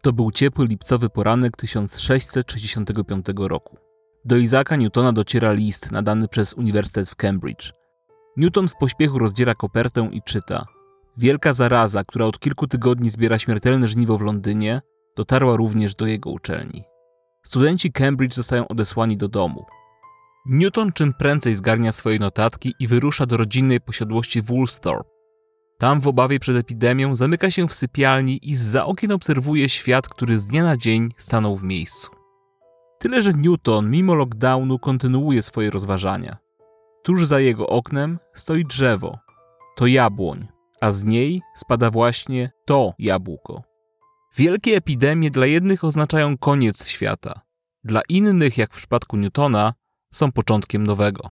To był ciepły lipcowy poranek 1665 roku. Do Isaaca Newtona dociera list nadany przez Uniwersytet w Cambridge. Newton w pośpiechu rozdziera kopertę i czyta: wielka zaraza, która od kilku tygodni zbiera śmiertelne żniwo w Londynie, dotarła również do jego uczelni. Studenci Cambridge zostają odesłani do domu. Newton czym prędzej zgarnia swoje notatki i wyrusza do rodzinnej posiadłości Woolsthorpe. Tam w obawie przed epidemią zamyka się w sypialni i zza okien obserwuje świat, który z dnia na dzień stanął w miejscu. Tyle, że Newton mimo lockdownu kontynuuje swoje rozważania. Tuż za jego oknem stoi drzewo. To jabłoń, a z niej spada właśnie to jabłko. Wielkie epidemie dla jednych oznaczają koniec świata. Dla innych, jak w przypadku Newtona, są początkiem nowego.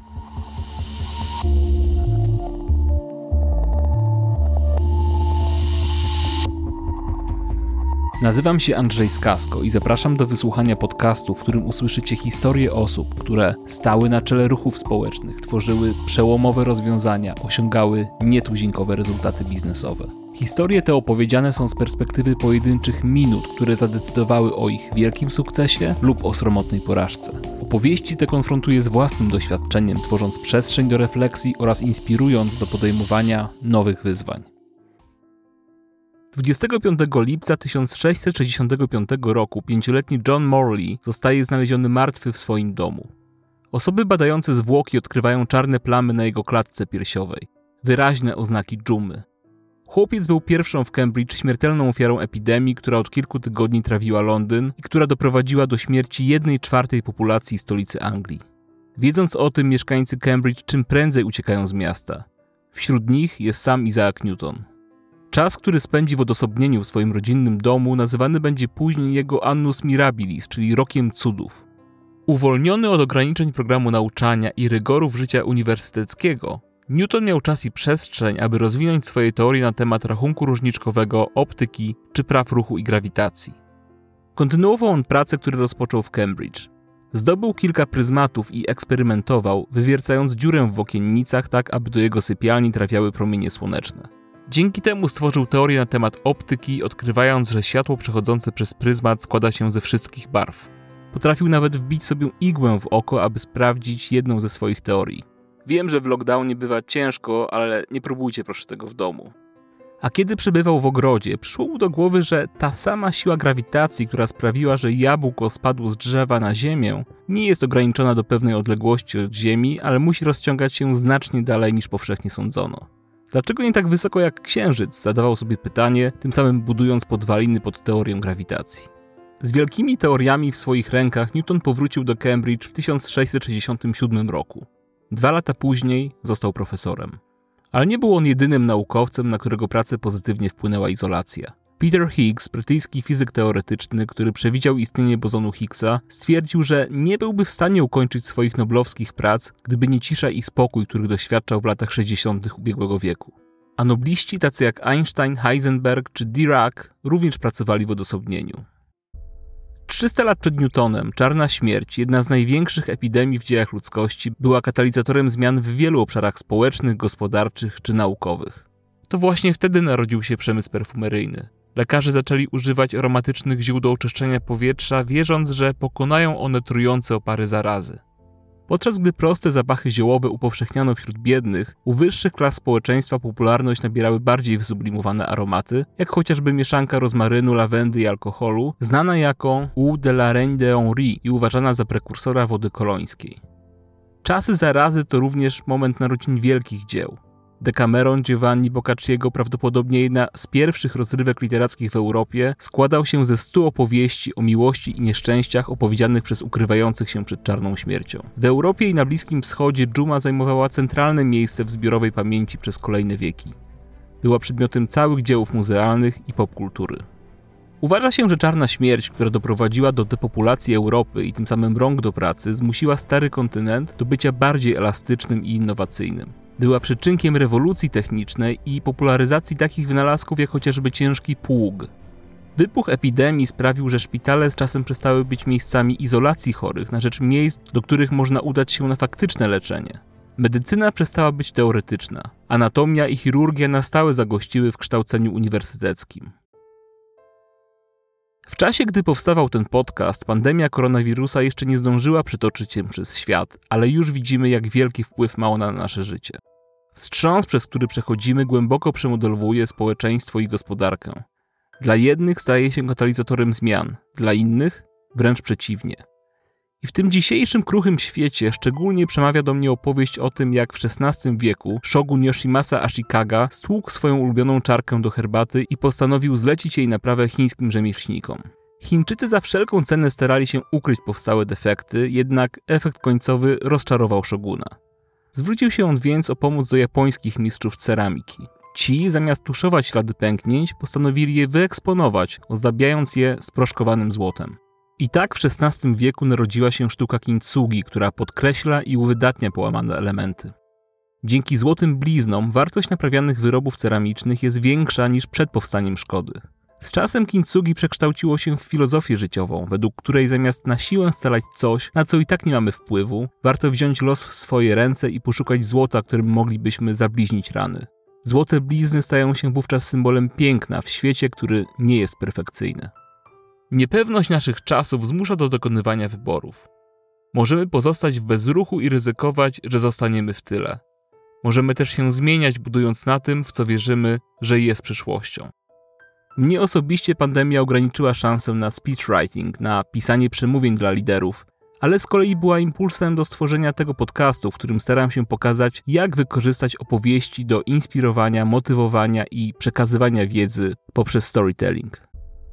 Nazywam się Andrzej Skasko i zapraszam do wysłuchania podcastu, w którym usłyszycie historie osób, które stały na czele ruchów społecznych, tworzyły przełomowe rozwiązania, osiągały nietuzinkowe rezultaty biznesowe. Historie te opowiedziane są z perspektywy pojedynczych minut, które zadecydowały o ich wielkim sukcesie lub o sromotnej porażce. Opowieści te konfrontuję z własnym doświadczeniem, tworząc przestrzeń do refleksji oraz inspirując do podejmowania nowych wyzwań. 25 lipca 1665 roku 5-letni John Morley zostaje znaleziony martwy w swoim domu. Osoby badające zwłoki odkrywają czarne plamy na jego klatce piersiowej. Wyraźne oznaki dżumy. Chłopiec był pierwszą w Cambridge śmiertelną ofiarą epidemii, która od kilku tygodni trawiła Londyn i która doprowadziła do śmierci 1/4 populacji stolicy Anglii. Wiedząc o tym, mieszkańcy Cambridge czym prędzej uciekają z miasta. Wśród nich jest sam Isaac Newton. Czas, który spędzi w odosobnieniu w swoim rodzinnym domu, nazywany będzie później jego annus mirabilis, czyli rokiem cudów. Uwolniony od ograniczeń programu nauczania i rygorów życia uniwersyteckiego, Newton miał czas i przestrzeń, aby rozwinąć swoje teorie na temat rachunku różniczkowego, optyki czy praw ruchu i grawitacji. Kontynuował on pracę, które rozpoczął w Cambridge. Zdobył kilka pryzmatów i eksperymentował, wywiercając dziurę w okiennicach tak, aby do jego sypialni trafiały promienie słoneczne. Dzięki temu stworzył teorię na temat optyki, odkrywając, że światło przechodzące przez pryzmat składa się ze wszystkich barw. Potrafił nawet wbić sobie igłę w oko, aby sprawdzić jedną ze swoich teorii. Wiem, że w lockdownie bywa ciężko, ale nie próbujcie proszę tego w domu. A kiedy przebywał w ogrodzie, przyszło mu do głowy, że ta sama siła grawitacji, która sprawiła, że jabłko spadło z drzewa na ziemię, nie jest ograniczona do pewnej odległości od Ziemi, ale musi rozciągać się znacznie dalej niż powszechnie sądzono. Dlaczego nie tak wysoko jak Księżyc? Zadawał sobie pytanie, tym samym budując podwaliny pod teorię grawitacji. Z wielkimi teoriami w swoich rękach Newton powrócił do Cambridge w 1667 roku. 2 lata później został profesorem. Ale nie był on jedynym naukowcem, na którego pracę pozytywnie wpłynęła izolacja. Peter Higgs, brytyjski fizyk teoretyczny, który przewidział istnienie bozonu Higgsa, stwierdził, że nie byłby w stanie ukończyć swoich noblowskich prac, gdyby nie cisza i spokój, których doświadczał w latach 60. ubiegłego wieku. A nobliści tacy jak Einstein, Heisenberg czy Dirac również pracowali w odosobnieniu. 300 lat przed Newtonem czarna śmierć, jedna z największych epidemii w dziejach ludzkości, była katalizatorem zmian w wielu obszarach społecznych, gospodarczych czy naukowych. To właśnie wtedy narodził się przemysł perfumeryjny. Lekarze zaczęli używać aromatycznych ziół do oczyszczenia powietrza, wierząc, że pokonają one trujące opary zarazy. Podczas gdy proste zapachy ziołowe upowszechniano wśród biednych, u wyższych klas społeczeństwa popularność nabierały bardziej wysublimowane aromaty, jak chociażby mieszanka rozmarynu, lawendy i alkoholu, znana jako Eau de la Reine de Henri i uważana za prekursora wody kolońskiej. Czasy zarazy to również moment narodzin wielkich dzieł. Decameron Giovanni Boccaciego, prawdopodobnie jedna z pierwszych rozrywek literackich w Europie, składał się ze 100 opowieści o miłości i nieszczęściach opowiedzianych przez ukrywających się przed czarną śmiercią. W Europie i na Bliskim Wschodzie dżuma zajmowała centralne miejsce w zbiorowej pamięci przez kolejne wieki. Była przedmiotem całych dzieł muzealnych i popkultury. Uważa się, że czarna śmierć, która doprowadziła do depopulacji Europy i tym samym rąk do pracy, zmusiła stary kontynent do bycia bardziej elastycznym i innowacyjnym. Była przyczynkiem rewolucji technicznej i popularyzacji takich wynalazków jak chociażby ciężki pług. Wybuch epidemii sprawił, że szpitale z czasem przestały być miejscami izolacji chorych na rzecz miejsc, do których można udać się na faktyczne leczenie. Medycyna przestała być teoretyczna. Anatomia i chirurgia na stałe zagościły w kształceniu uniwersyteckim. W czasie, gdy powstawał ten podcast, pandemia koronawirusa jeszcze nie zdążyła przetoczyć się przez świat, ale już widzimy, jak wielki wpływ ma ona na nasze życie. Wstrząs, przez który przechodzimy, głęboko przemodelowuje społeczeństwo i gospodarkę. Dla jednych staje się katalizatorem zmian, dla innych wręcz przeciwnie. I w tym dzisiejszym kruchym świecie szczególnie przemawia do mnie opowieść o tym, jak w XVI wieku shogun Yoshimasa Ashikaga stłukł swoją ulubioną czarkę do herbaty i postanowił zlecić jej naprawę chińskim rzemieślnikom. Chińczycy za wszelką cenę starali się ukryć powstałe defekty, jednak efekt końcowy rozczarował szoguna. Zwrócił się on więc o pomoc do japońskich mistrzów ceramiki. Ci, zamiast tuszować ślady pęknięć, postanowili je wyeksponować, ozdabiając je sproszkowanym złotem. I tak w XVI wieku narodziła się sztuka kintsugi, która podkreśla i uwydatnia połamane elementy. Dzięki złotym bliznom wartość naprawianych wyrobów ceramicznych jest większa niż przed powstaniem szkody. Z czasem kintsugi przekształciło się w filozofię życiową, według której zamiast na siłę scalać coś, na co i tak nie mamy wpływu, warto wziąć los w swoje ręce i poszukać złota, którym moglibyśmy zabliźnić rany. Złote blizny stają się wówczas symbolem piękna w świecie, który nie jest perfekcyjny. Niepewność naszych czasów zmusza do dokonywania wyborów. Możemy pozostać w bezruchu i ryzykować, że zostaniemy w tyle. Możemy też się zmieniać, budując na tym, w co wierzymy, że jest przyszłością. Mnie osobiście pandemia ograniczyła szansę na speechwriting, na pisanie przemówień dla liderów, ale z kolei była impulsem do stworzenia tego podcastu, w którym staram się pokazać, jak wykorzystać opowieści do inspirowania, motywowania i przekazywania wiedzy poprzez storytelling.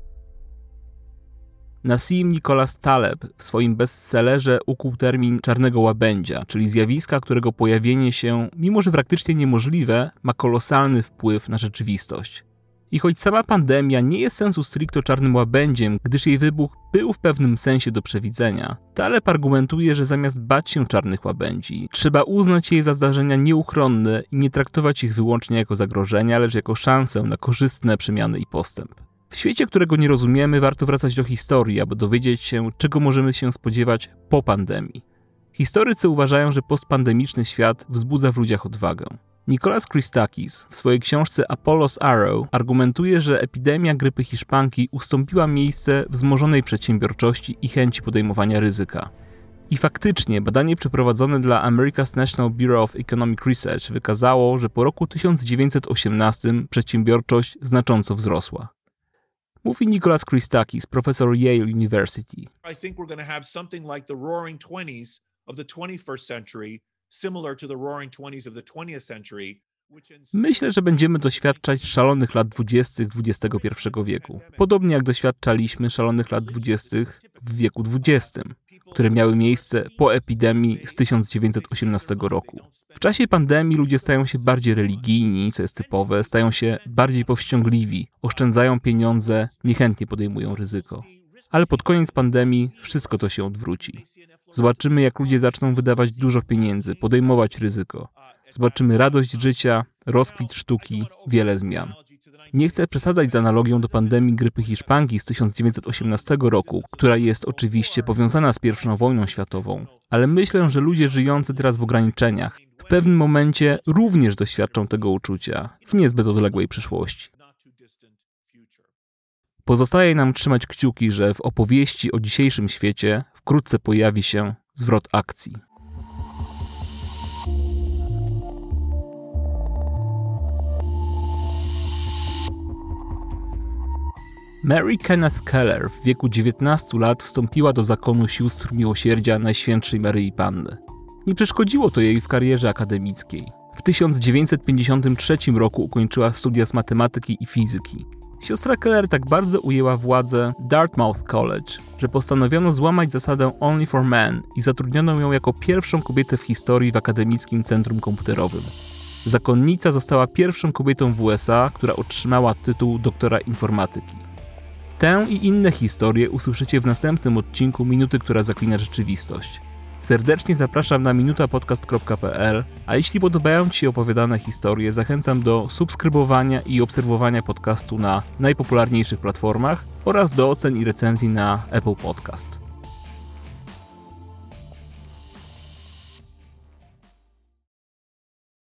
Nassim Nicholas Taleb w swoim bestsellerze ukuł termin czarnego łabędzia, czyli zjawiska, którego pojawienie się, mimo że praktycznie niemożliwe, ma kolosalny wpływ na rzeczywistość. I choć sama pandemia nie jest sensu stricto czarnym łabędziem, gdyż jej wybuch był w pewnym sensie do przewidzenia, Taleb argumentuje, że zamiast bać się czarnych łabędzi, trzeba uznać je za zdarzenia nieuchronne i nie traktować ich wyłącznie jako zagrożenia, lecz jako szansę na korzystne przemiany i postęp. W świecie, którego nie rozumiemy, warto wracać do historii, aby dowiedzieć się, czego możemy się spodziewać po pandemii. Historycy uważają, że postpandemiczny świat wzbudza w ludziach odwagę. Nicholas Christakis w swojej książce Apollo's Arrow argumentuje, że epidemia grypy hiszpanki ustąpiła miejsce wzmożonej przedsiębiorczości i chęci podejmowania ryzyka. I faktycznie badanie przeprowadzone dla America's National Bureau of Economic Research wykazało, że po roku 1918 przedsiębiorczość znacząco wzrosła. Mówi Nicholas Christakis, profesor Yale University. I think we're going to have something like the roaring 20s of the 21st century, similar to the roaring 20s of the 20th century. Myślę, że będziemy doświadczać szalonych lat 20. XXI wieku, podobnie jak doświadczaliśmy szalonych lat 20. w wieku XX, które miały miejsce po epidemii z 1918 roku. W czasie pandemii ludzie stają się bardziej religijni, co jest typowe, stają się bardziej powściągliwi, oszczędzają pieniądze, niechętnie podejmują ryzyko. Ale pod koniec pandemii wszystko to się odwróci. Zobaczymy, jak ludzie zaczną wydawać dużo pieniędzy, podejmować ryzyko. Zobaczymy radość życia, rozkwit sztuki, wiele zmian. Nie chcę przesadzać z analogią do pandemii grypy hiszpanki z 1918 roku, która jest oczywiście powiązana z I wojną światową, ale myślę, że ludzie żyjący teraz w ograniczeniach w pewnym momencie również doświadczą tego uczucia w niezbyt odległej przyszłości. Pozostaje nam trzymać kciuki, że w opowieści o dzisiejszym świecie wkrótce pojawi się zwrot akcji. Mary Kenneth Keller w wieku 19 lat wstąpiła do zakonu sióstr miłosierdzia Najświętszej Maryi Panny. Nie przeszkodziło to jej w karierze akademickiej. W 1953 roku ukończyła studia z matematyki i fizyki. Siostra Keller tak bardzo ujęła władzę Dartmouth College, że postanowiono złamać zasadę Only for Men i zatrudniono ją jako pierwszą kobietę w historii w akademickim centrum komputerowym. Zakonnica została pierwszą kobietą w USA, która otrzymała tytuł doktora informatyki. Tę i inne historie usłyszycie w następnym odcinku Minuty, która zaklina rzeczywistość. Serdecznie zapraszam na minutapodcast.pl, a jeśli podobają Ci się opowiadane historie, zachęcam do subskrybowania i obserwowania podcastu na najpopularniejszych platformach oraz do ocen i recenzji na Apple Podcast.